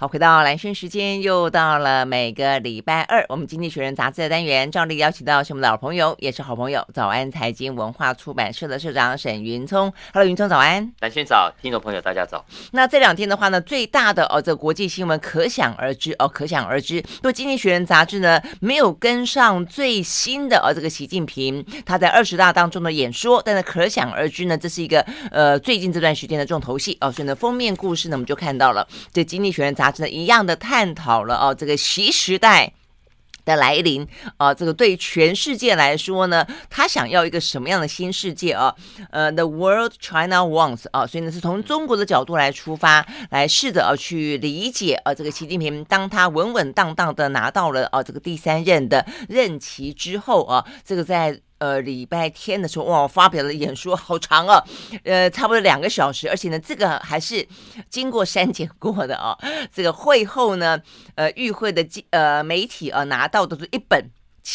好，回到蓝轩时间，又到了每个礼拜二，我们经济学人杂志的单元，照例邀请到是我们的老朋友，也是好朋友，早安财经文化出版社的社长沈云聪。Hello， 云聪早安。 蓝轩早，听众朋友大家早。 那这两天的话呢，最大的这个国际新闻可想而知。因为经济学人杂志呢没有跟上最新的这个习近平他在20大当中的演说，但是可想而知呢，这是一个最近这段时间的重头戏所以呢封面故事呢我们就看到了，这经济学人杂志一样的探讨了这个习时代的来临这个对全世界来说呢，他想要一个什么样的新世界The world China wants 所以呢是从中国的角度来出发，来试着去理解这个习近平当他稳稳当当的拿到了这个第3任的任期之后这个在礼拜天的时候，哇，发表的演说好长差不多2个小时，而且呢，这个还是经过删减过的这个会后呢，与会的媒体拿到的是一本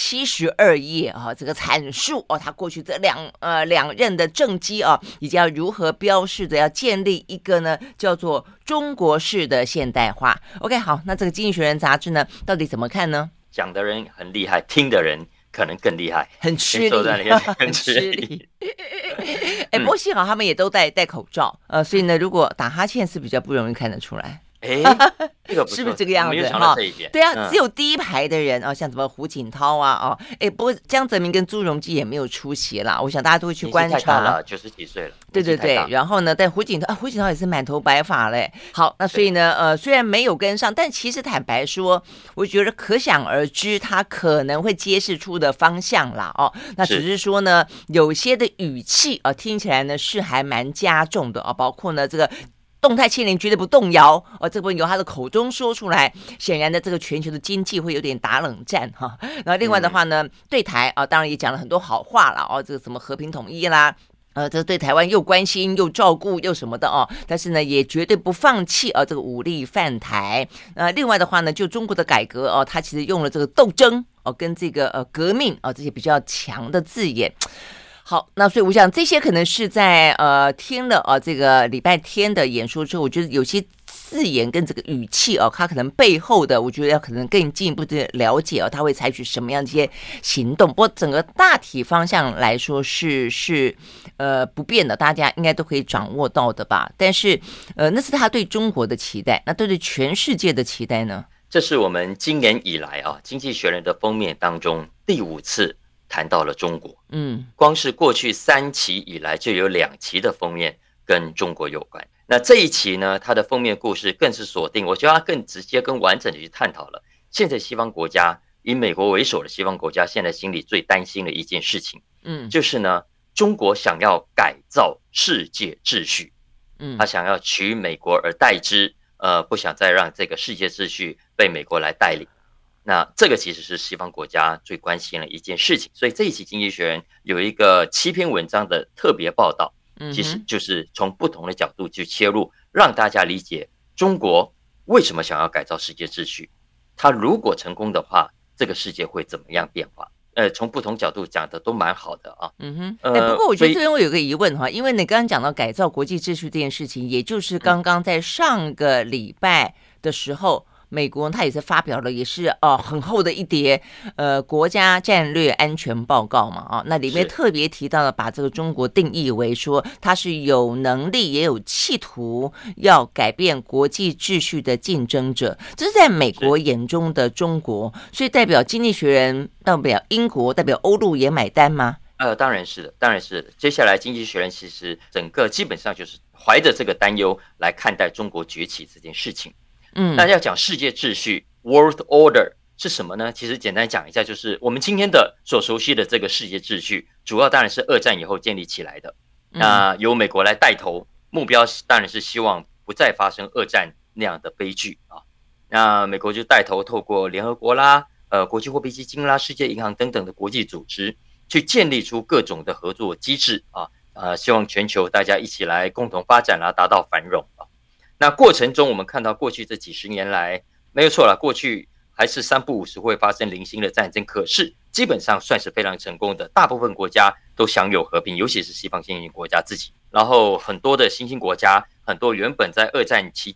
72页这个阐述他过去这两任的政绩以及要如何标示的要建立一个呢叫做中国式的现代化。OK， 好，那这个《经济学人》杂志呢，到底怎么看呢？ 讲的人很厉害，听的人可能更厉害， 很吃力， 很吃力。 不过幸好他们也都戴口罩，所以呢，如果打哈欠是比较不容易看得出来。 这个不是不是这个样子对啊，只有第一排的人像什么胡锦涛不过江泽民跟朱镕基也没有出席啦，我想大家都会去观察。 年纪太大了，90几岁了。 对，然后呢，但胡锦涛也是满头白发嘞。好，那所以呢，虽然没有跟上，但其实坦白说，我觉得可想而知，他可能会揭示出的方向啦那只是说呢，有些的语气听起来呢是还蛮加重的包括呢这个。动态清零绝对不动摇这部分由他的口中说出来，显然的这个全球的经济会有点打冷战然后另外的话呢，对台当然也讲了很多好话了这个什么和平统一啦这对台湾又关心又照顾又什么的但是呢也绝对不放弃这个武力犯台另外的话呢，就中国的改革他其实用了这个斗争跟这个革命这些比较强的字眼。好，那所以我想这些可能是在听了这个礼拜天的演说之后，我觉得有些字眼跟这个语气它可能背后的，我觉得要可能更进一步的了解他会采取什么样的一些行动。不过整个大体方向来说是不变的，大家应该都可以掌握到的吧。但是那是他对中国的期待，那对全世界的期待呢？ 这是我们今年以来经济学人的封面当中第5次谈到了中国。光是过去3期以来就有2期的封面跟中国有关。那这一期呢，它的封面故事更是锁定，我觉得它更直接更完整的去探讨了现在西方国家以美国为首的西方国家现在心里最担心的一件事情，就是呢，中国想要改造世界秩序，他想要取美国而代之，不想再让这个世界秩序被美国来带领。那这个其实是西方国家最关心的一件事情，所以这一期《经济学人》有一个7篇文章的特别报道，其实就是从不同的角度去切入，让大家理解中国为什么想要改造世界秩序，它如果成功的话，这个世界会怎么样变化。从不同角度讲的都蛮好的不过我觉得这边我有个疑问因为你刚刚讲到改造国际秩序这件事情，也就是刚刚在上个礼拜的时候，美国他也是发表了也是很厚的一叠国家战略安全报告嘛那里面特别提到了把这个中国定义为说它是有能力也有企图要改变国际秩序的竞争者，这是在美国眼中的中国，所以代表经济学人，代表英国，代表欧陆也买单吗？ 当然是的，当然是的。接下来经济学人其实整个基本上就是怀着这个担忧来看待中国崛起这件事情。那要讲世界秩序 World Order 是什么呢？其实简单讲一下，就是我们今天的所熟悉的这个世界秩序，主要当然是2战以后建立起来的。那由美国来带头，目标当然是希望不再发生2战那样的悲剧那美国就带头透过联合国啦、国际货币基金啦、世界银行等等的国际组织，去建立出各种的合作机制希望全球大家一起来共同发展啦，达到繁荣那过程中我们看到过去这几十年来没有错啦，过去还是3不5时会发生零星的战争，可是基本上算是非常成功的，大部分国家都享有和平，尤其是西方先进国家自己。然后很多的新兴国家，很多原本在2战期间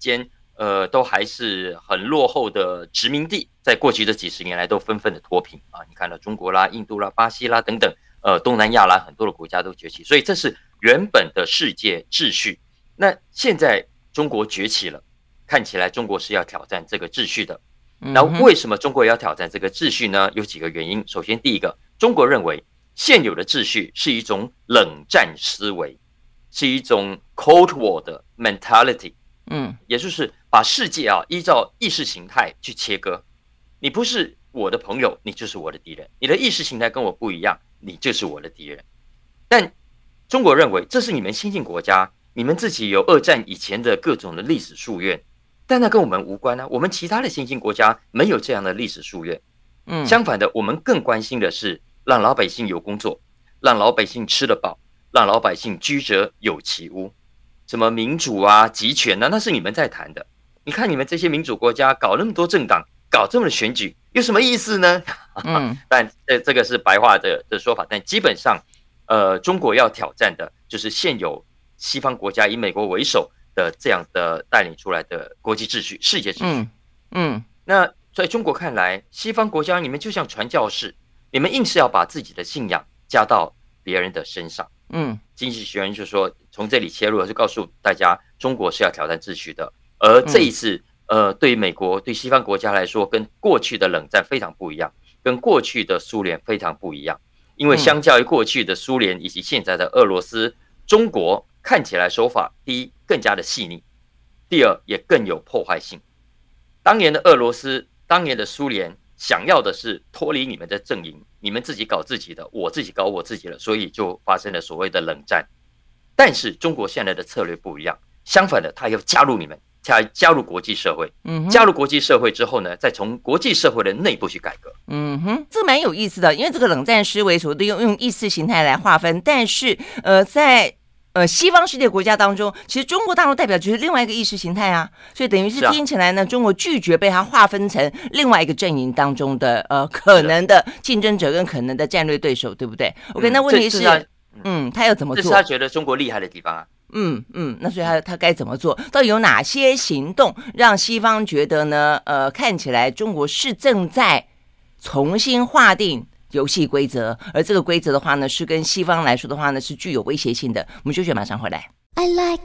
都还是很落后的殖民地，在过去这几十年来都纷纷的脱贫啊，你看到中国啦、印度啦、巴西啦等等，东南亚啦很多的国家都崛起，所以这是原本的世界秩序。那现在中国崛起了，看起来中国是要挑战这个秩序的。那为什么中国要挑战这个秩序呢？有几个原因。首先，第一个，中国认为现有的秩序是一种冷战思维，是一种 Cold War 的 mentality，也就是把世界依照意识形态去切割。你不是我的朋友，你就是我的敌人；你的意识形态跟我不一样，你就是我的敌人。但中国认为这是你们先进国家，你们自己有二战以前的各种的历史夙愿。但那跟我们无关啊，我们其他的先进国家没有这样的历史夙愿。相反的，我们更关心的是让老百姓有工作，让老百姓吃得饱，让老百姓居者有其屋。什么民主啊、集权啊，那是你们在谈的。你看你们这些民主国家搞那么多政党，搞这么的选举，有什么意思呢？但这个是白话的说法，但基本上，中国要挑战的就是现有西方国家以美国为首的这样的带领出来的国际秩序、世界秩序。那在中国看来，西方国家你们就像传教士，你们硬是要把自己的信仰加到别人的身上。经济学人就说，从这里切入是告诉大家，中国是要挑战秩序的。而这一次，对美国、对西方国家来说，跟过去的冷战非常不一样，跟过去的苏联非常不一样。因为相较于过去的苏联以及现在的俄罗斯，中国看起来手法，第一更加的细腻，第二也更有破坏性。当年的俄罗斯，当年的苏联想要的是脱离你们的阵营，你们自己搞自己的，我自己搞我自己了，所以就发生了所谓的冷战。但是中国现在的策略不一样，相反的，他要加入你们，加入国际社会。加入国际社会之后呢，再从国际社会的内部去改革。 这蛮有意思的，因为这个冷战思维所谓的用意识形态来划分，但是在西方世界国家当中，其实中国大陆代表就是另外一个意识形态啊，所以等于是听起来呢，中国拒绝被它划分成另外一个阵营当中的可能的竞争者跟可能的战略对手，对不对？OK，那问题是，他要怎么做？ 这是他觉得中国厉害的地方啊。 那所以他该怎么做？到底有哪些行动让西方觉得呢？看起来中国是正在重新划定游戏规则，而这个规则的话呢，是跟西方来说的话呢，是具有威胁性的。我们休息，马上回来。I like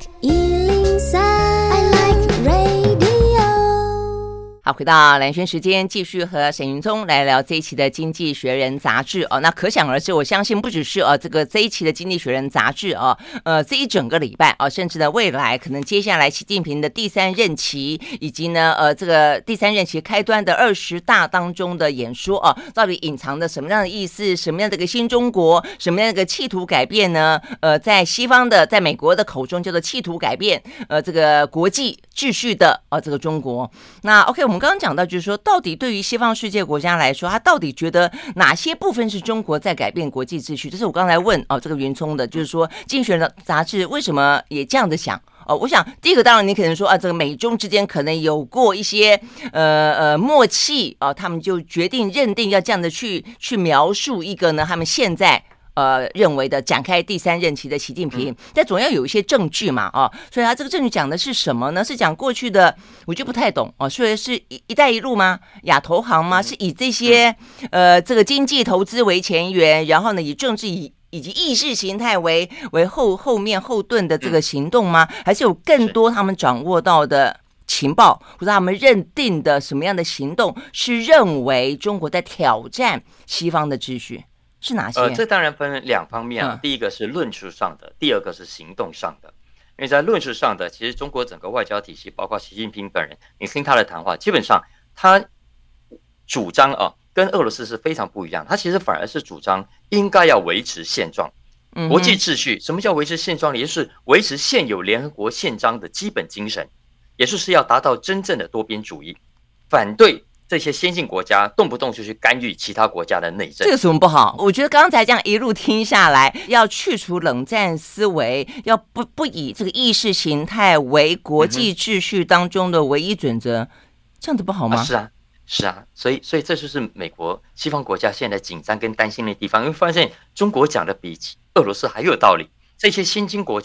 103, I like radio。好，回到蓝轩时间，继续和沈云聪来聊这一期的《经济学人》杂志哦。那可想而知，我相信不只是这一期的《经济学人》杂志这一整个礼拜甚至呢未来可能接下来习近平的第三任期，以及呢这个第三任期开端的20大当中的演说到底隐藏的什么样的意思？什么样的一个新中国？什么样的一个企图改变呢？在西方的，在美国的口中叫做企图改变这个国际秩序的这个中国。那 OK， 我们刚刚讲到就是说，到底对于西方世界国家来说，他到底觉得哪些部分是中国在改变国际秩序？这是我刚才问这个云聪的，就是说《经济学人》杂志为什么也这样的想？我想第一个当然你可能说这个美中之间可能有过一些默契他们就决定认定要这样的去描述一个呢他们现在认为的展开第三任期的习近平，但总要有一些证据嘛所以他这个证据讲的是什么呢？是讲过去的我就不太懂所以是一带一路吗？亚投行吗？是以这些这个经济投资为前缘，然后呢以政治以及意识形态为后面后盾的这个行动吗？还是有更多他们掌握到的情报，或者他们认定的什么样的行动是认为中国在挑战西方的秩序？是哪些？ 这当然分两方面第一个是论述上的，第二个是行动上的。因为在论述上的，其实中国整个外交体系，包括习近平本人，你听他的谈话，基本上他主张跟俄罗斯是非常不一样。他其实反而是主张应该要维持现状，国际秩序。什么叫维持现状？也就是维持现有联合国宪章的基本精神，也就是要达到真正的多边主义，反对这些先进国家动不动就去干预其他国家的内政。 这个什么不好？我觉得刚才这样一路听下来，要去除冷战思维，要不以这个意识形态为国际秩序当中的唯一准则，这样子不好吗？ 是啊，所以这就是美国西方国家现在紧张跟担心的地方，因为发现中国讲的比俄罗斯还有道理。这些先进国家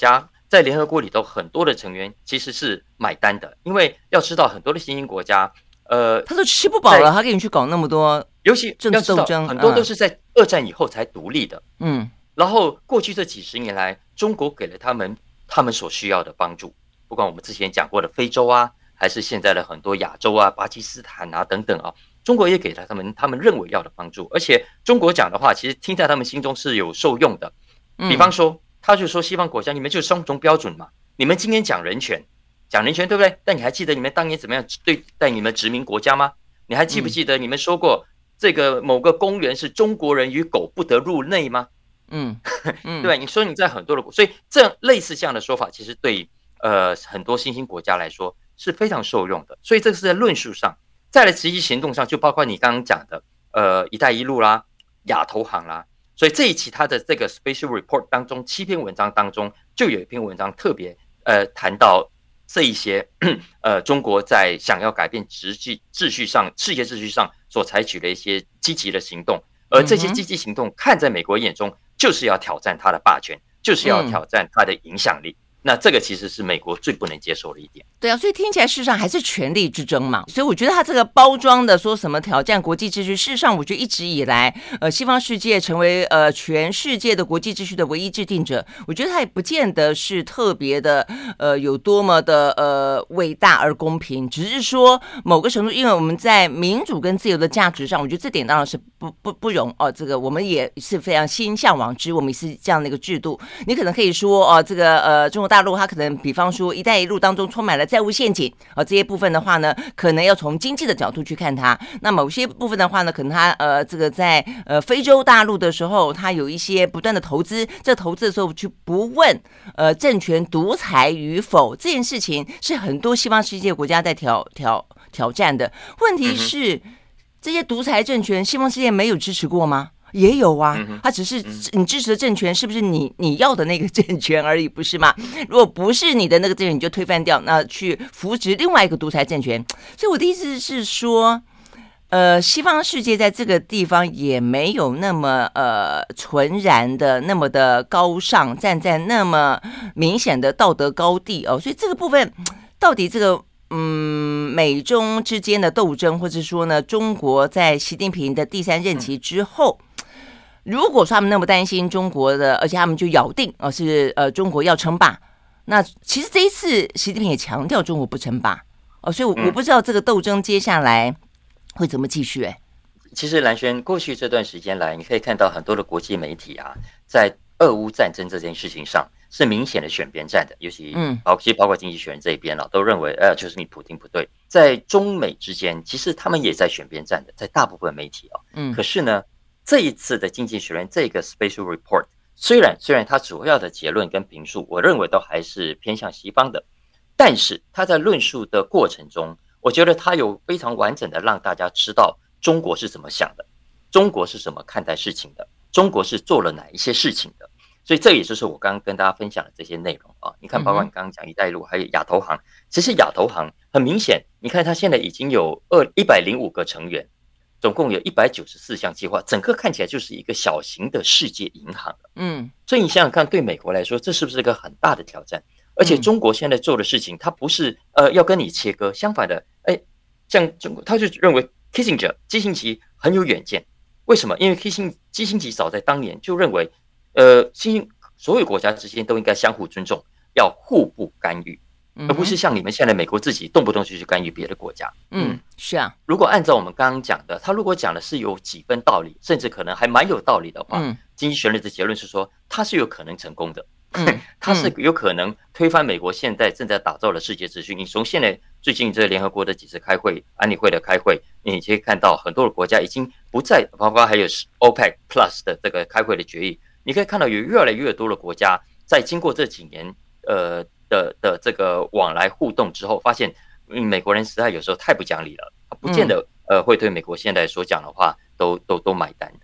在联合国里头很多的成员其实是买单的，因为要知道很多的新兴国家， 他都吃不饱了，他给你去搞那么多， 尤其政治斗争， 很多都是在二战以后才独立的，然后过去这几十年来，中国给了他们所需要的帮助，不管我们之前讲过的非洲啊，还是现在的很多亚洲啊、巴基斯坦啊等等啊，中国也给了他们认为要的帮助，而且中国讲的话，其实听在他们心中是有受用的。比方说，他就说西方国家你们就是双重标准嘛，你们今天讲人权对不对？但你还记得你们当年怎么样对待你们殖民国家吗？你还记不记得你们说过这个某个公园是中国人与狗不得入内吗？对，你说你在很多的所以类似这样的说法，其实对很多新兴国家来说是非常受用的。所以这是在论述上，再来实际行动上，就包括你刚刚讲的一带一路啦、亚投行啦。所以这一期他的这个 Special Report 当中7篇文章当中，就有一篇文章特别谈到这一些中国在想要改变世界秩序上所采取的一些积极的行动，而这些积极行动看在美国眼中就是要挑战他的霸权，就是要挑战他的影响力。那这个其实是美国最不能接受的一点。 对啊，所以听起来事实上还是权力之争嘛。所以我觉得他这个包装的说什么挑战国际秩序，事实上我觉得一直以来，西方世界成为全世界的国际秩序的唯一制定者，我觉得他也不见得是特别的有多么的伟大而公平，只是说某个程度，因为我们在民主跟自由的价值上，我觉得这点当然是不容这个我们也是非常心向往之，我们也是这样的一个制度。你可能可以说这个中国大陆它可能比方说一带一路当中充满了债务陷阱这些部分的话呢，可能要从经济的角度去看它。那某些部分的话呢，可能它这个在非洲大陆的时候，它有一些不断的投资，这投资的时候去不问政权独裁与否，这件事情是很多西方世界国家在挑战的。问题是这些独裁政权西方世界没有支持过吗？也有啊，他只是你支持的政权是不是你要的那个政权而已，不是吗？如果不是你的那个政权，你就推翻掉，那去扶植另外一个独裁政权。所以我的意思是说，西方世界在这个地方也没有那么纯然的那么的高尚，站在那么明显的道德高地所以这个部分到底这个美中之间的斗争，或者说呢，中国在习近平的第3任期之后，如果说他们那么担心中国的，而且他们就咬定是中国要称霸，那其实这一次习近平也强调中国不称霸所以我不知道这个斗争接下来会怎么继续其实蓝轩过去这段时间来，你可以看到很多的国际媒体在俄乌战争这件事情上是明显的选边站的，尤其包括经济学人这一边都认为就是你普丁不对。在中美之间，其实他们也在选边站的，在大部分媒体可是呢，这一次的经济学人这个 Special Report， 虽然它主要的结论跟评述，我认为都还是偏向西方的，但是他在论述的过程中，我觉得他有非常完整的让大家知道中国是怎么想的，中国是怎么看待事情的，中国是做了哪一些事情的。所以这也就是我刚刚跟大家分享的这些内容你看，包括你刚刚讲一带一路，还有亚投行，其实亚投行很明显，你看它现在已经有105个成员，总共有194项计划，整个看起来就是一个小型的世界银行了。所以你想想看，对美国来说，这是不是一个很大的挑战？而且中国现在做的事情，它不是要跟你切割，相反的，像中国，他就认为基辛格很有远见。为什么？因为基辛格早在当年就认为，所有国家之间都应该相互尊重，要互不干预，而不是像你们现在美国自己动不动就去干预别的国家。 是啊。 如果按照我们刚刚讲的，他如果讲的是有几分道理，甚至可能还蛮有道理的话，经济学人的结论是说，他是有可能成功的。它是有可能推翻美国现在正在打造的世界秩序。你从现在最近这联合国的几次开会，安理会的开会，你可以看到很多的国家已经不再，包括还有 OPEC Plus 的这个开会的决议，你可以看到有越来越多的国家在经过这几年的这个往来互动之后，发现美国人实在有时候太不讲理了，不见得会对美国现在所讲的话都买单的。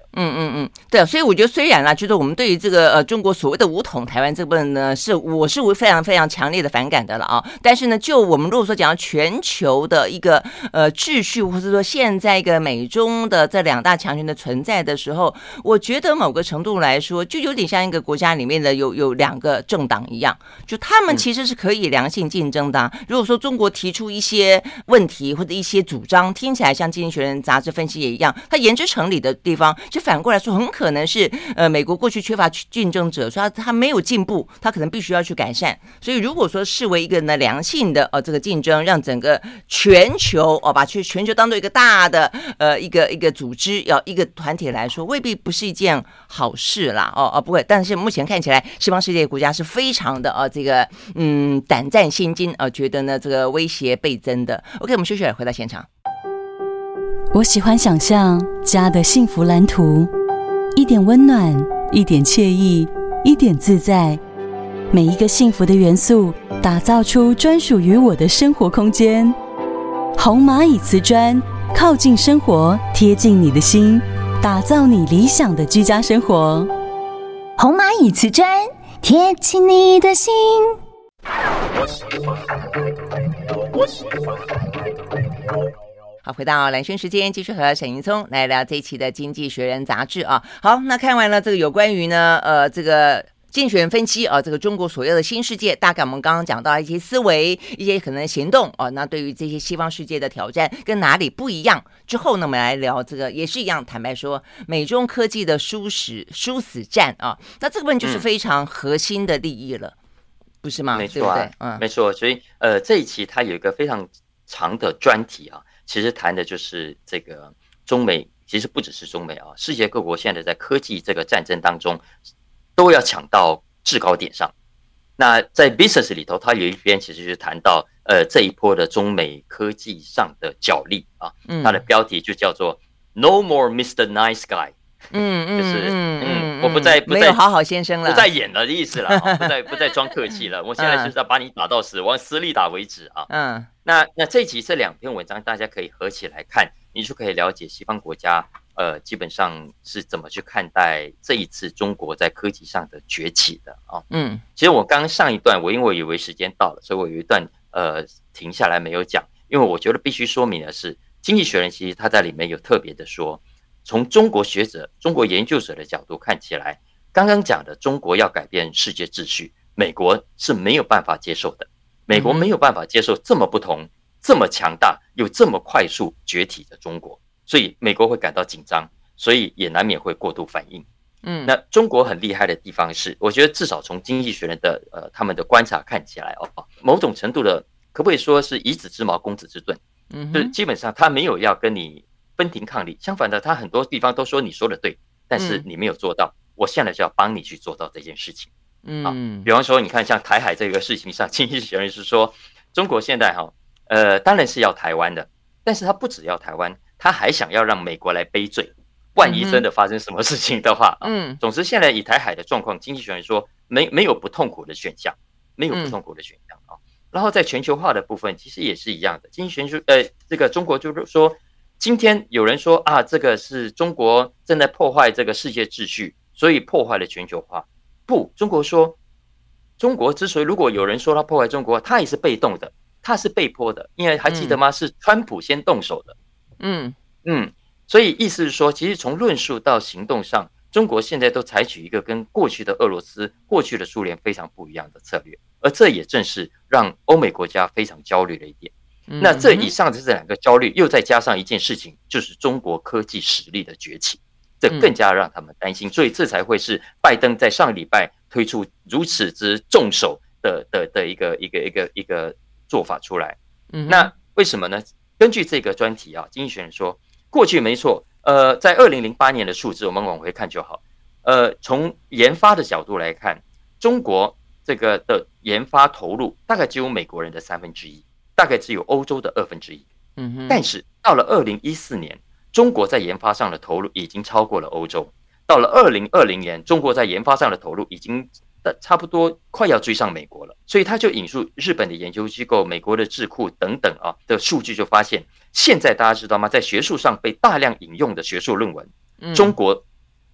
对啊，所以我觉得虽然啦，就是我们对于这个中国所谓的武统台湾这部分呢，我是非常非常强烈的反感的了啊。但是呢，就我们如果说讲到全球的一个秩序，或者说现在一个美中的这两大强权的存在的时候，我觉得某个程度来说，就有点像一个国家里面的有两个政党一样，就他们其实是可以良性竞争的啊。如果说中国提出一些问题或者一些主张，听起来像《经济学人》杂志分析也一样，它言之成理的地方，就反过来说，很可能是美国过去缺乏竞争者，所以他没有进步，他可能必须要去改善。所以如果说视为一个呢良性的这个竞争，让整个全球把全球当做一个大的一个组织，一个团体来说，未必不是一件好事啦不会。但是目前看起来，西方世界国家是非常的这个胆战心惊觉得呢这个威胁倍增的。OK， 我们休息了，回到现场。 我喜欢想象家的幸福蓝图，一点温暖，一点惬意，一点自在，每一个幸福的元素打造出专属于我的生活空间。红蚂蚁瓷砖，靠近生活，贴近你的心，打造你理想的居家生活。 红蚂蚁瓷砖，贴近你的心。 好，回到蓝轩时间，继续和沈云聪来聊这一期的《经济学人》杂志啊。好，那看完了这个有关于呢这个经济学人分析这个中国所有的新世界，大概我们刚刚讲到一些思维，一些可能行动那对于这些西方世界的挑战跟哪里不一样之后呢，我们来聊这个也是一样，坦白说美中科技的殊死战那这个部分就是非常核心的利益了，不是吗？ 没错对不对？ 没错。所以这一期它有一个非常长的专题其实谈的就是这个中美，其实不只是中美世界各国现在在科技这个战争当中都要抢到制高点上。那在 business 里头，它有一篇其实就是谈到这一波的中美科技上的角力它的标题就叫做 No More Mr. Nice Guy。就是我不再没有好好先生了， 不再演了的意思了不再装客气了，我现在就是要把你打到死，往死里打为止那这一集这两篇文章大家可以合起来看，你就可以了解西方国家基本上是怎么去看待这一次中国在科技上的崛起的其实我刚上一段因为我以为时间到了，所以我有一段停下来没有讲，因为我觉得必须说明的是，经济学人其实他在里面有特别的说，从中国学者、中国研究者的角度看起来，刚刚讲的中国要改变世界秩序，美国是没有办法接受的。美国没有办法接受这么不同、这么强大又这么快速崛起的中国，所以美国会感到紧张，所以也难免会过度反应。那中国很厉害的地方是，我觉得至少从经济学人的他们的观察看起来某种程度的可不可以说是以子之矛攻子之盾，就是基本上他没有要跟你分庭抗礼，相反的，他很多地方都说你说的对，但是你没有做到，我现在就要帮你去做到这件事情。比方说你看像台海这个事情上，经济学人是说中国现在当然是要台湾的，但是他不只要台湾，他还想要让美国来背罪，万一真的发生什么事情的话总之现在以台海的状况，经济学人说没有不痛苦的选项，没有不痛苦的选项然后在全球化的部分其实也是一样的，经济学人说这个中国就是说，今天有人说这个是中国正在破坏这个世界秩序，所以破坏了全球化。不，中国说，中国之所以如果有人说他破坏中国，他也是被动的，他是被迫的，因为还记得吗？是川普先动手的。所以意思是说，其实从论述到行动上，中国现在都采取一个跟过去的俄罗斯、过去的苏联非常不一样的策略，而这也正是让欧美国家非常焦虑的一点。那这以上的这两个焦虑，又再加上一件事情，就是中国科技实力的崛起，这更加让他们担心，所以这才会是拜登在上个礼拜推出如此之重手的一个做法出来。那为什么呢？根据这个专题经济学人说，过去没错，在2008年的数字，我们往回看就好。从研发的角度来看，中国这个的研发投入大概只有美国人的1/3，大概只有欧洲的1/2。但是到了2014年，中国在研发上的投入已经超过了欧洲。到了2020年，中国在研发上的投入已经差不多快要追上美国了。所以他就引述日本的研究机构、美国的智库等等的数据，就发现现在大家知道吗？在学术上被大量引用的学术论文，中国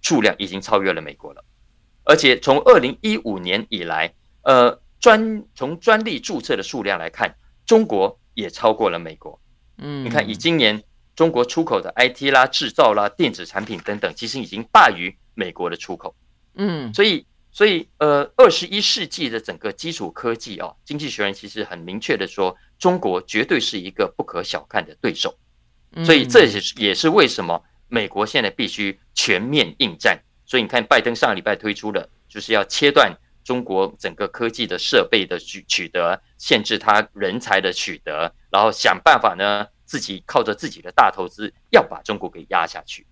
数量已经超越了美国了。而且从2015年以来，从专利注册的数量来看，中国也超过了美国。你看以今年中国出口的 IT 啦、制造啦、电子产品等等，其实已经大于美国的出口。所以21世纪的整个基础科技啊，经济学人其实很明确的说，中国绝对是一个不可小看的对手。所以这也是为什么美国现在必须全面应战。所以你看拜登上个礼拜推出了，就是要切断中国整个科技的设备的取得，限制它人才的取得，然后想办法呢，自己靠着自己的大投资要把中国给压下去。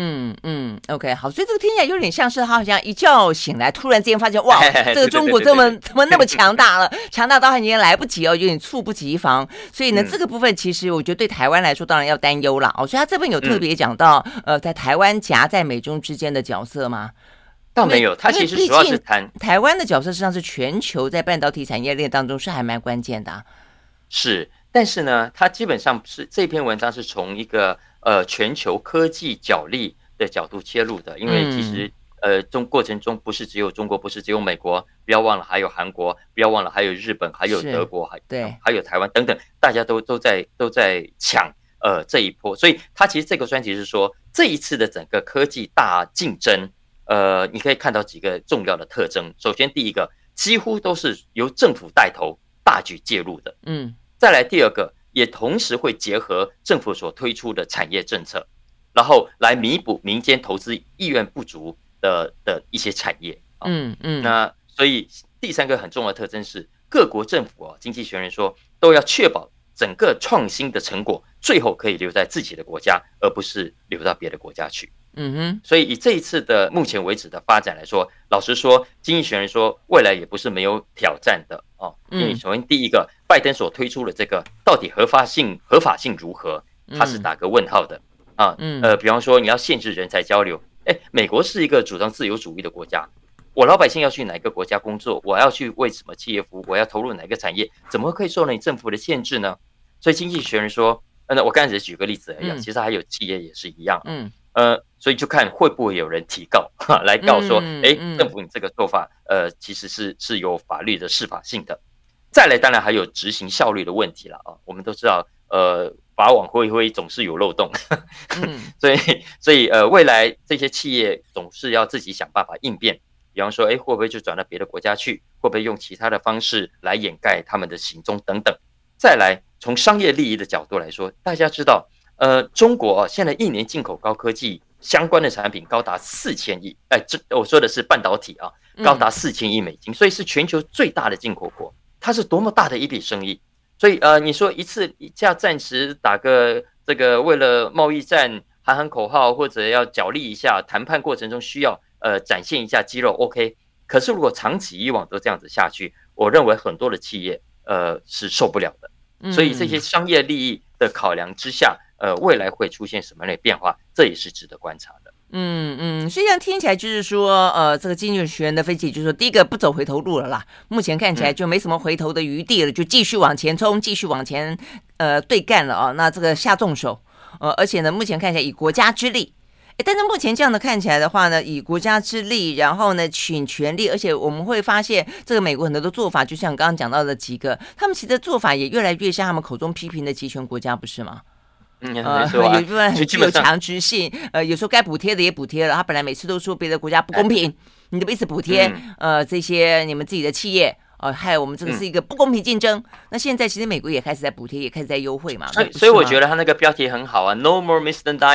OK， 好，所以这个听起来有点像是他好像一觉醒来，突然之间发现，哇，这个中国怎么那么强大了，强大到他已经来不及哦，有点猝不及防。所以呢，这个部分其实我觉得对台湾来说当然要担忧了哦。所以他这边有特别讲到，在台湾夹在美中之间的角色吗？ 倒没有，他其实主要是谈台湾的角色，实际上是全球在半导体产业链当中是还蛮关键的啊。是， 但是呢，他基本上是这篇文章是从一个全球科技角力的角度切入的，因为其实过程中不是只有中国，不是只有美国，不要忘了还有韩国，不要忘了还有日本，还有德国，还有台湾等等，大家都在抢这一波。所以他其实这个专辑是说，这一次的整个科技大竞争，你可以看到几个重要的特征。首先第一个，几乎都是由政府带头大举介入的。再来第二个，也同时会结合政府所推出的产业政策，然后来弥补民间投资意愿不足的一些产业。那所以第三个很重要的特征是，各国政府经济学人说都要确保整个创新的成果最后可以留在自己的国家，而不是流到别的国家去。所以以这一次的目前为止的发展来说，老实说，经济学人说未来也不是没有挑战的哦。因为首先第一个，拜登所推出的这个到底合法性如何，他是打个问号的啊。比方说你要限制人才交流，美国是一个主张自由主义的国家，我老百姓要去哪个国家工作，我要去为什么企业服务，我要投入哪个产业，怎么可以受了你政府的限制呢？所以经济学人说，我刚才只举个例子而已，其实还有企业也是一样。所以就看会不会有人提告来告说，政府你这个做法，其实是有法律的适法性的。再来，当然还有执行效率的问题了啊。我们都知道，法网恢恢总是有漏洞，所以未来这些企业总是要自己想办法应变。比方说，会不会就转到别的国家去？会不会用其他的方式来掩盖他们的行踪等等？再来，从商业利益的角度来说，大家知道。中国现在一年进口高科技相关的产品高达4000亿，我说的是半导体啊，高达4000亿美金，所以是全球最大的进口国，它是多么大的一笔生意。所以你说一下暂时打个这个为了贸易战喊口号，或者要角力一下，谈判过程中需要展现一下肌肉 OK， 可是如果长期以往都这样子下去，我认为很多的企业是受不了的。所以这些商业利益的考量之下，未来会出现什么样的变化，这也是值得观察的。 所以这样听起来就是说，这个经济学人的分析就是说，第一个不走回头路了啦，目前看起来就没什么回头的余地了，就继续往前冲，继续往前对干了啊。那这个下重手，而且呢，目前看起来以国家之力。但是目前这样的看起来的话呢，以国家之力，然后呢请权力，而且我们会发现这个美国很多的做法，就像刚刚讲到的几个，他们其实做法也越来越像他们口中批评的集权国家，不是吗？有一部分很具有强制性，有时候该补贴的也补贴了，他本来每次都说别的国家不公平，你都一直补贴，这些你们自己的企业。害我们这个是一个不公平竞争。那现在其实美国也开始在补贴，也开始在优惠嘛。 所以我觉得他那个标题很好啊 ，No more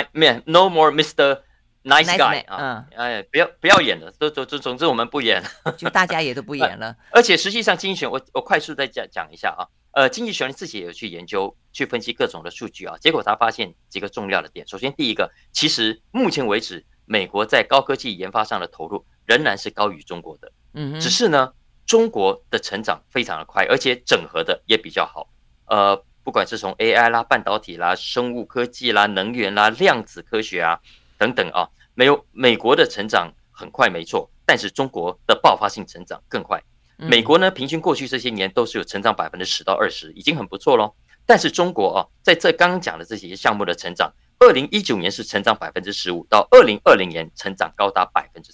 Mr. Nice Guy 啊，不要演了，总之我们不演了， 就大家也都不演了。 而且实际上经济学我快速再讲一下啊，经济学人自己也有去研究、去分析各种的数据啊，结果他发现几个重要的点。首先第一个，其实目前为止，美国在高科技研发上的投入仍然是高于中国的，只是呢。中国的成长非常的快，而且整合的也比较好。不管是从 AI 啦、半导体啦、生物科技啦、能源啦、量子科学啊等等啊，美国的成长很快没错，但是中国的爆发性成长更快。美国呢，平均过去这些年都是有成长10%到20%，已经很不错咯。但是中国在这刚刚讲的这些项目的成长， 2019年是成长15%，到2020年成长高达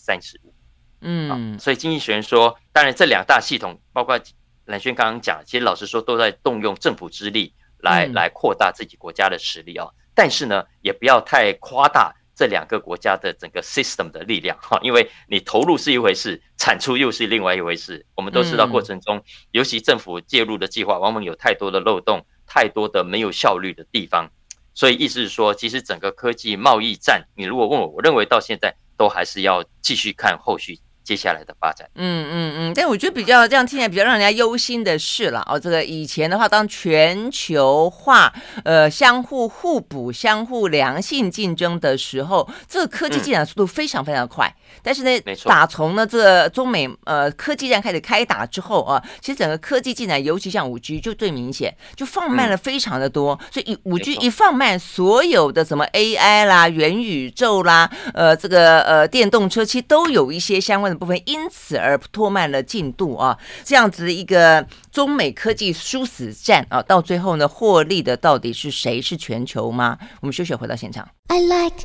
35%。所以经济学人说，当然这2大系统，包括兰萱刚刚讲，其实老实说都在动用政府之力来扩大自己国家的实力啊。但是呢，也不要太夸大这2个国家的整个 system 的力量哈，因为你投入是一回事，产出又是另外一回事。我们都知道过程中，尤其政府介入的计划，往往有太多的漏洞，太多的没有效率的地方。所以意思是说，其实整个科技贸易战，你如果问我，我认为到现在都还是要继续看后续接下来的发展。 但我觉得比较这样听起来比较让人家忧心的是了这个以前的话，当全球化相互互补、相互良性竞争的时候，这个科技进展速度非常非常快。但是呢，打从呢这个中美科技战开始开打之后其实整个科技进展，尤其像5G 就最明显，就放慢了非常的多。所以5G 一放慢，所有的什么 AI 啦、元宇宙啦、这个电动车，其实都有一些相关的部分，因此而拖慢了进度这样子的一个中美科技殊死战到最后呢，获利的到底是谁？是全球吗？我们休息回到现场。I like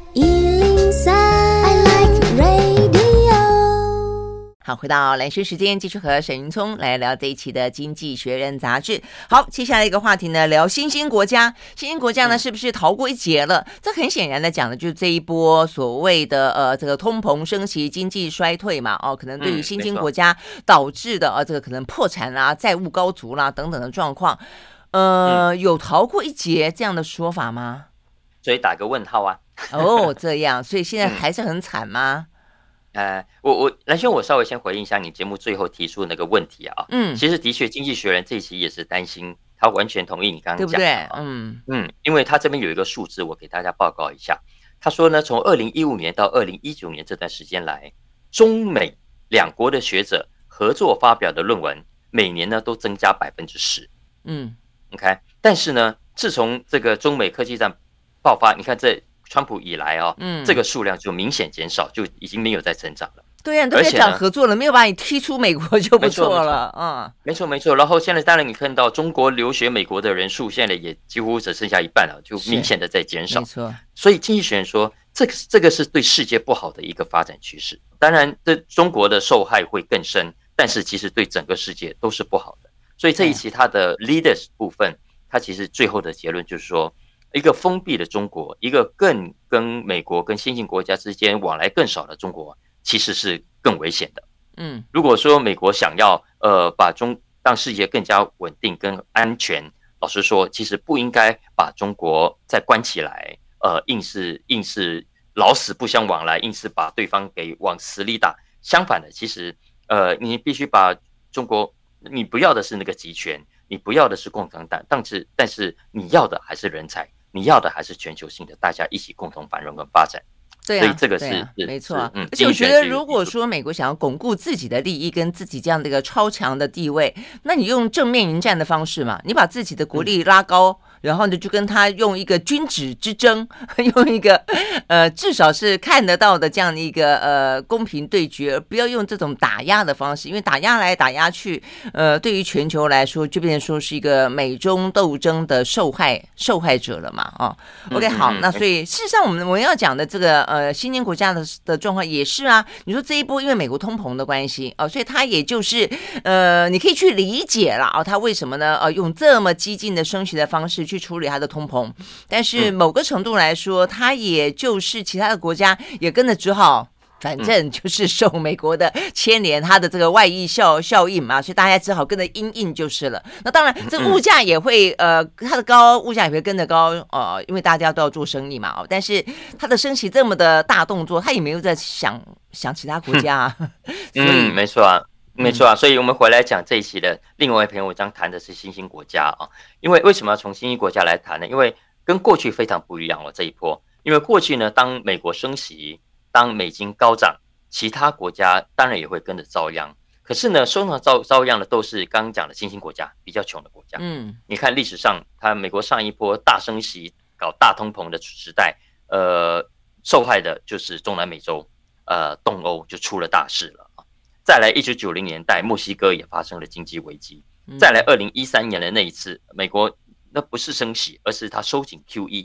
103, I like radio。好，回到蓝轩时间，继续和沈云聪来聊这一期的《经济学人》杂志。好，接下来一个话题呢，聊新兴国家。新兴国家呢，是不是逃过一劫了？这很显然的讲的就是这一波所谓的这个通膨升级、经济衰退嘛。可能对于新兴国家导致的这个可能破产啦、债务高筑啦等等的状况，有逃过一劫这样的说法吗？ 所以打个问号啊。 这样，所以现在还是很惨吗？ 蓝轩，我稍微先回应一下你节目最后提出的那个问题啊。其实的确，经济学人这一期也是担心，他完全同意你刚刚讲的，对不对？因为他这边有一个数字，我给大家报告一下。他说呢，从2015年到2019年这段时间来，中美2国的学者合作发表的论文，每年呢都增加10%。OK， 但是呢，自从这个中美科技战爆发，你看这川普以来这个数量就明显减少，就已经没有再增长了。 对呀，你都可以讲合作了，没有把你踢出美国就不错了。 没错。然后现在当然你看到中国留学美国的人数，现在也几乎只剩下一半了，就明显的在减少。 没错。 所以经济学人说，这个是对世界不好的一个发展趋势。当然，这中国的受害会更深，但是其实对整个世界都是不好的。所以这一期它的 leaders 部分，它其实最后的结论就是说，一个封闭的中国，一个更跟美国跟先进国家之间往来更少的中国，其实是更危险的。如果说美国想要让世界更加稳定跟安全，老实说，其实不应该把中国再关起来，硬是老死不相往来，硬是把对方给往死里打。相反的，其实你必须把中国，你不要的是那个集权，你不要的是共产党，但是你要的还是人才，你要的还是全球性的大家一起共同繁荣跟发展。 对啊， 所以这个是没错。而且我觉得，如果说美国想要巩固自己的利益跟自己这样的一个超强的地位，那你用正面迎战的方式嘛，你把自己的国力拉高，然后呢就跟他用一个君子之争，用一个至少是看得到的这样的一个公平对决，而不要用这种打压的方式，因为打压来打压去，对于全球来说就变成说是一个美中斗争的受害者了嘛OK， 好，那所以事实上我们要讲的这个新兴国家的状况也是啊。你说这一波因为美国通膨的关系所以它也就是你可以去理解啦它为什么呢用这么激进的升息的方式去处理它的通膨，但是某个程度来说，它也就是其他的国家也跟着只好。反正就是受美国的牵连，它的这个外溢效应嘛，所以大家只好跟着因应就是了。那当然，这物价也会它的物价也会跟着高因为大家都要做生意嘛但是它的升息这么的大动作，它也没有在想其他国家没错啊，所以我们回来讲这一期的另外一篇文章，谈的是新兴国家因为什么要从新兴国家来谈呢？因为跟过去非常不一样这一波，因为过去呢，当美国升息，当美金高涨，其他国家当然也会跟着遭殃。可是呢，通常遭殃的都是刚刚讲的新兴国家，比较穷的国家。你看历史上，美国上一波大升息、搞大通膨的时代，受害的就是中南美洲，东欧就出了大事了。再来1990年代，墨西哥也发生了经济危机。再来2013年的那一次，美国那不是升息，而是它收紧 QE。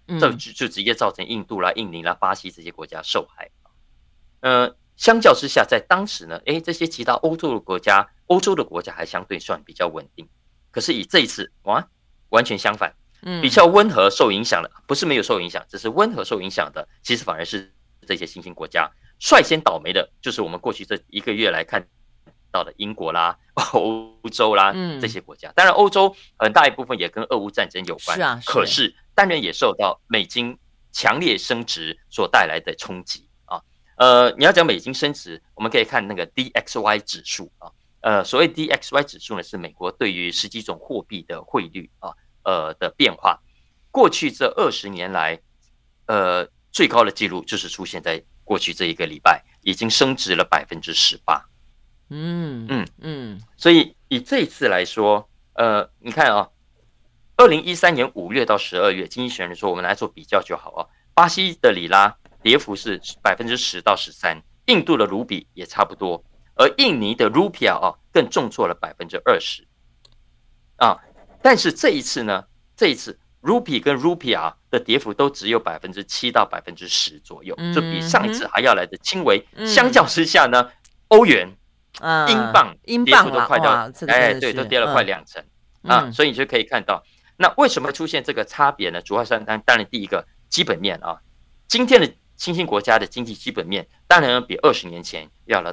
这就直接造成印度啦、印尼啦、巴西这些国家受害。相较之下，在当时呢，这些其他欧洲的国家还相对算比较稳定。可是以这一次，完全相反，比较温和受影响的，不是没有受影响，只是温和受影响的，其实反而是这些新兴国家。率先倒霉的就是我们过去这1个月来看到的英国啦、欧洲啦这些国家。当然，欧洲很大一部分也跟俄乌战争有关，可是当然也受到美金强烈升值所带来的冲击啊。你要讲美金升值，我们可以看那个 DXY 指数啊。所谓 DXY 指数呢，是美国对于十几种货币的汇率的变化。过去这20年来，最高的记录就是出现在过去这1个礼拜，已经升值了18%。所以以这一次来说，你看2013年5月到12月，经济学人说我们来做比较就好巴西的里拉跌幅是10%到13%，印度的卢比也差不多，而印尼的 Rupiah 更重挫了20%但是这一次 Rupee 跟 Rupiah 的跌幅都只有7%到10%左右，就比上一次还要来的轻微。相较之下呢，欧元、英镑跌幅都快到对，都跌了快20%所以你就可以看到，那为什么出现这个差别呢？主要是当然第一个基本面今天的新兴国家的经济基本面，当然比20年前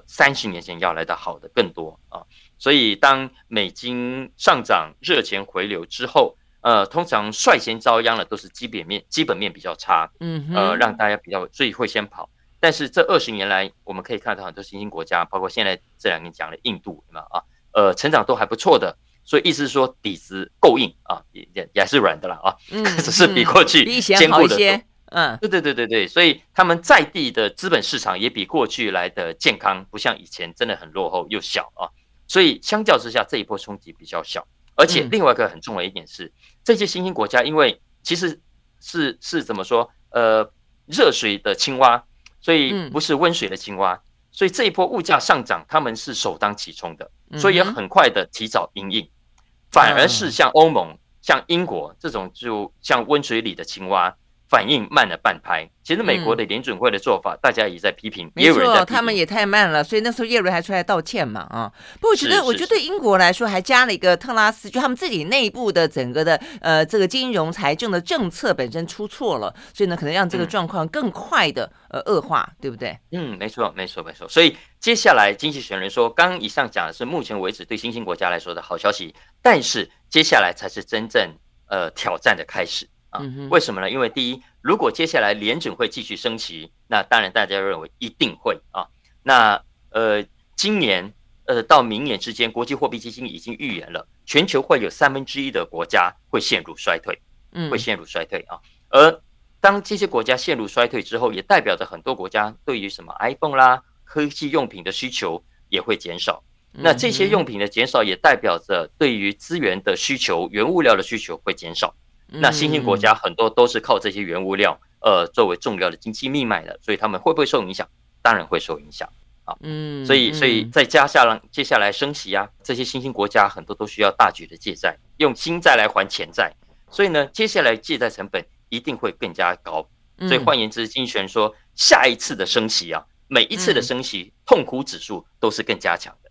30年前要来的好的更多所以当美金上涨、热钱回流之后，通常率先遭殃的都是基本面比较差，让大家比较，所以会先跑。但是这20年来，我们可以看到很多新兴国家，包括现在这2年讲的印度成长都还不错的，所以意思是说底子够硬也是软的啦只是比过去坚固的多。对，所以他们在地的资本市场也比过去来的健康，不像以前真的很落后又小所以相较之下，这一波冲击比较小。而且另外一个很重要的一点是，这些新兴国家因为其实是怎么说热水的青蛙，所以不是温水的青蛙，所以这一波物价上涨，他们是首当其冲的，所以也很快的提早因应。反而是像欧盟、像英国这种就像温水里的青蛙，反应慢了半拍。其实美国的联准会的做法，大家也在批评， 没错，他们也太慢了，所以那时候耶伦还出来道歉嘛不过我觉得对英国来说还加了一个特拉斯，就他们自己内部的整个的这个金融财政的政策本身出错了，所以呢可能让这个状况更快的恶化，对不对？ 没错。所以接下来经济学人说，刚刚以上讲的是目前为止对新兴国家来说的好消息，但是接下来才是真正挑战的开始。为什么呢？因为第一，如果接下来联准会继续升息，那当然大家认为一定会那今年到明年之间，国际货币基金已经预言了，全球会有1/3的国家会陷入衰退，而当这些国家陷入衰退之后，也代表着很多国家对于什么 iPhone 啦、科技用品的需求也会减少。那这些用品的减少，也代表着对于资源的需求、原物料的需求会减少。那新兴国家很多都是靠这些原物料作为重要的经济命脉的，所以他们会不会受影响？当然会受影响所以再加上接下来升息这些新兴国家很多都需要大举的借债，用新债来还前债，所以呢接下来借债成本一定会更加高。所以换言之，经济学人说下一次的升息每一次的升息痛苦指数都是更加强的。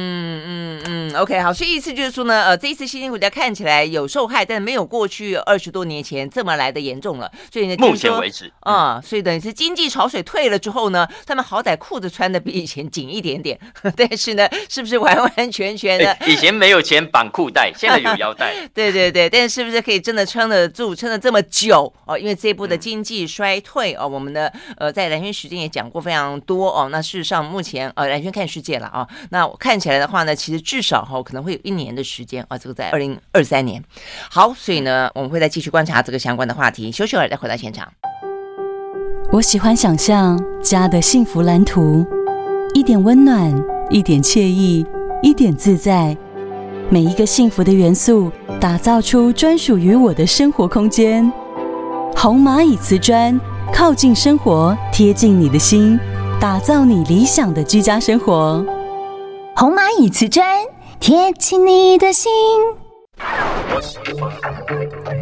OK， 好，所以意思就是说呢，这一次新兴国家看起来有受害，但没有过去20多年前这么来的严重了。所以呢， 目前为止所以等于是经济潮水退了之后呢，他们好歹裤子穿的比以前紧一点点，但是呢，是不是完完全全的？ 以前没有钱绑裤带，现在有腰带。 对，但是不是可以真的撑得住，撑得这么久因为这一波的经济衰退我们呢在蓝轩时间也讲过非常多那事实上目前蓝轩看世界了那我看起来的话呢，其实至少可能会有1年的时间这个在2023年。好，所以呢我们会再继续观察这个相关的话题，休息会儿再回到现场。 我喜欢想象家的幸福蓝图，一点温暖，一点惬意，一点自在，每一个幸福的元素打造出专属于我的生活空间。红蚂蚁瓷砖，靠近生活，贴近你的心，打造你理想的居家生活。 红蚂蚁瓷砖，贴近你的心。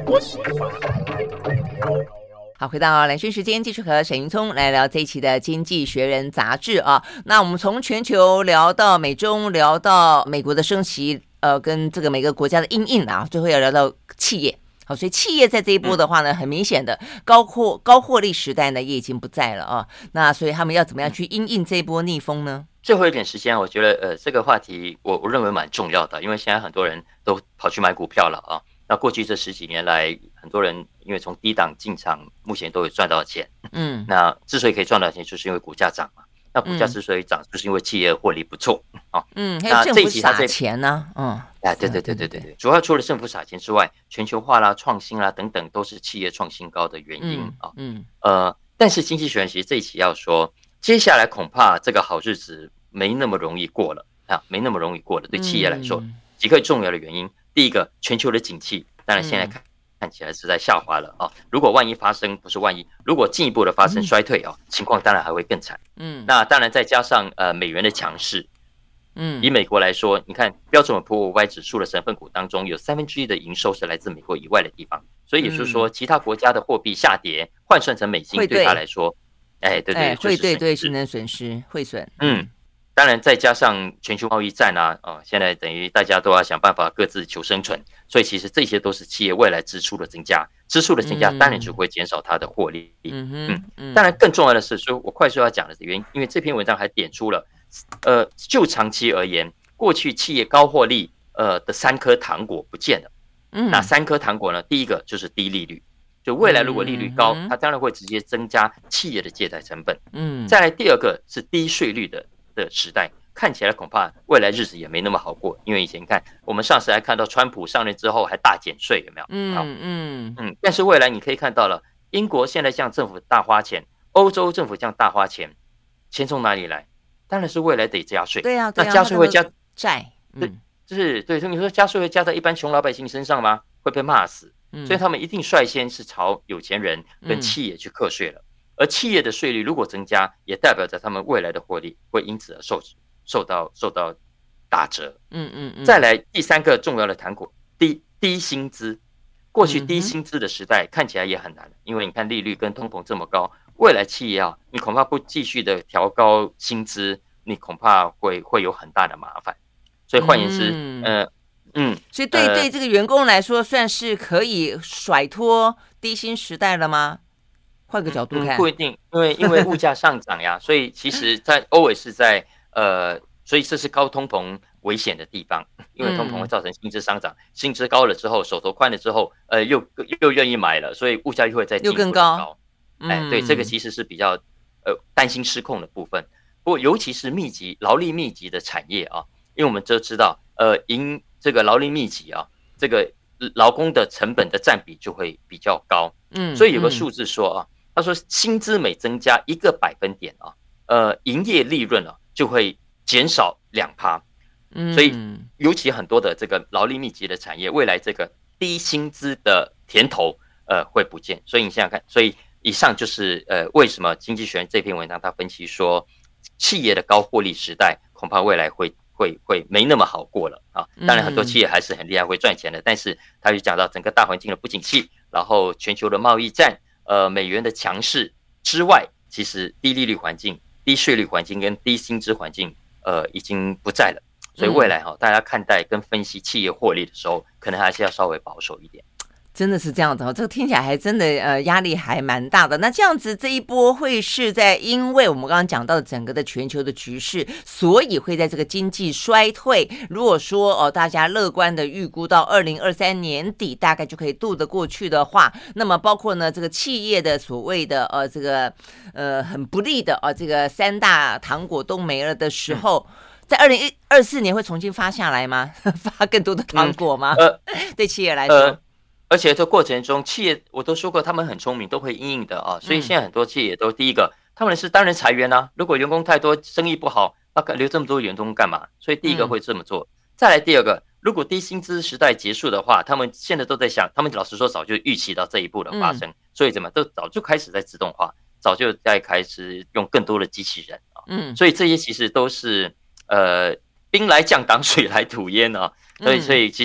我喜欢。 好，回到蓝轩时间，继续和沈云聪来聊这一期的《经济学人》杂志啊。那我们从全球聊到美中，聊到美国的升息，跟这个每个国家的因应啊，最后要聊到企业。好，所以企业在这一波的话呢，很明显的高获利时代呢也已经不在了啊。那所以他们要怎么样去因应这一波逆风呢？ 最后一点时间，我觉得这个话题我认为蛮重要的，因为现在很多人都跑去买股票了啊。那过去这10几年来，很多人因为从低档进场，目前都有赚到钱。那之所以可以赚到钱，就是因为股价涨嘛。那股价之所以涨，就是因为企业获利不错啊。 还有政府撒钱呢。 对，主要除了政府撒钱之外，全球化啦、创新啦等等，都是企业创新高的原因啊。但是经济学人其实这一期要说，接下来恐怕这个好日子没那么容易过了啊，没那么容易过了。对企业来说，几个重要的原因。第一个，全球的景气，当然现在看起来是在下滑了啊。如果万一发生，不是万一，如果进一步的发生衰退啊，情况当然还会更惨。那当然再加上美元的强势。以美国来说，你看标准普尔500指数的成分股当中，有1/3的营收是来自美国以外的地方，所以也就是说，其他国家的货币下跌，换算成美金对他来说，对， 会对形成损失，汇损。 当然再加上全球贸易战啊，现在等于大家都要想办法各自求生存，所以其实这些都是企业未来支出的增加，当然就会减少它的获利。当然更重要的是，说我快速要讲的原因，因为这篇文章还点出了，就长期而言，过去企业高获利的3颗糖果不见了。那3颗糖果呢？第一个就是低利率，就未来如果利率高，它当然会直接增加企业的借贷成本。再来第二个是低税率的时代，看起来恐怕未来日子也没那么好过，因为以前看我们上次还看到川普上任之后还大减税，有没有？但是未来你可以看到了，英国现在向政府大花钱，欧洲政府这样大花钱，钱从哪里来？当然是未来得加税。 对啊， 那加税会加债， 对，所以你说加税会加在一般穷老百姓身上吗？会被骂死。所以他们一定率先是朝有钱人跟企业去课税了。而企业的税率如果增加，也代表着他们未来的获利会因此而受到打折。再来第3个重要的糖果，低薪资。过去低薪资的时代看起来也很难，因为你看利率跟通膨这么高，未来企业你恐怕不继续的调高薪资，你恐怕会有很大的麻烦。所以换言之， 所以对这个员工来说，算是可以甩脱低薪时代了吗？换个角度看， 不一定，因为物价上涨呀，所以其实在always是在所以这是高通膨危险的地方，因为通膨会造成薪资上涨，薪资高了之后，手头宽了之后，又愿意买了，所以物价又会再进一步更高。对，这个其实是比较担心失控的部分。不过尤其是劳力密集的产业啊，因为我们都知道，这个劳力密集啊，这个劳工的成本的占比就会比较高。所以有个数字说他说薪资每增加1个百分点营业利润就会减少2%。所以尤其很多的这个劳力密集的产业，未来这个低薪资的甜头会不见。所以你想想看，所以以上就是为什么经济学人这篇文章他分析说，企业的高获利时代恐怕未来会没那么好过了啊。当然很多企业还是很厉害会赚钱的，但是他就讲到整个大环境的不景气，然后全球的贸易战，美元的强势之外，其实低利率环境、低税率环境跟低薪资环境已经不在了。所以未来大家看待跟分析企业获利的时候，可能还是要稍微保守一点。 真的是这样子这个听起来还真的压力还蛮大的。那这样子这一波会是因为我们刚刚讲到的整个的全球的局势，所以会在这个经济衰退。如果说大家乐观的预估到2023年底大概就可以度得过去的话，那么包括呢这个企业的所谓的这个很不利的这个3大糖果都没了的时候。在2024年会重新发下来吗？发更多的糖果吗？对企业来说， 而且这过程中，企业我都说过，他们很聪明，都会因应的所以现在很多企业都第一个，他们是当然裁员如果员工太多，生意不好，留这么多员工干嘛？所以第一个会这么做。再来第二个，如果低薪资时代结束的话，他们现在都在想，他们老实说早就预期到这一步的发生，所以都早就开始在自动化，早就在开始用更多的机器人所以这些其实都是兵来将挡，水来土掩所以其实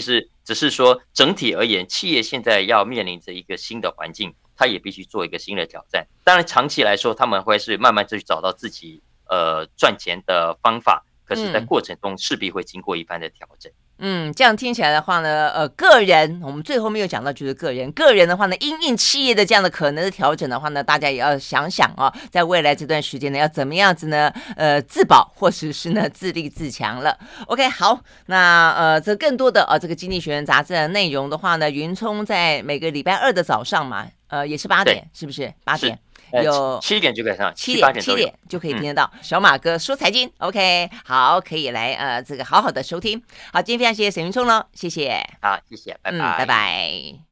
只是说整体而言，企业现在要面临着一个新的环境，它也必须做一个新的挑战。当然，长期来说，他们会是慢慢去找到自己赚钱的方法，可是，在过程中势必会经过一番的调整。 这样听起来的话呢，个人，我们最后没有讲到就是个人的话呢，因应企业的这样的可能的调整的话呢，大家也要想想哦，在未来这段时间呢，要怎么样子呢，自保或者是呢自立自强了。OK， 好，那这更多的这个经济学人杂志的内容的话呢，云聪在每个礼拜二的早上嘛，也是8点，是不是8点？有 7点就可以上 ，7点就可以听得到。小马哥说财经 ，OK， 好，可以来这个好好的收听。好，今天非常谢谢沈云聪了，谢谢。 好，谢谢，拜拜， 拜拜。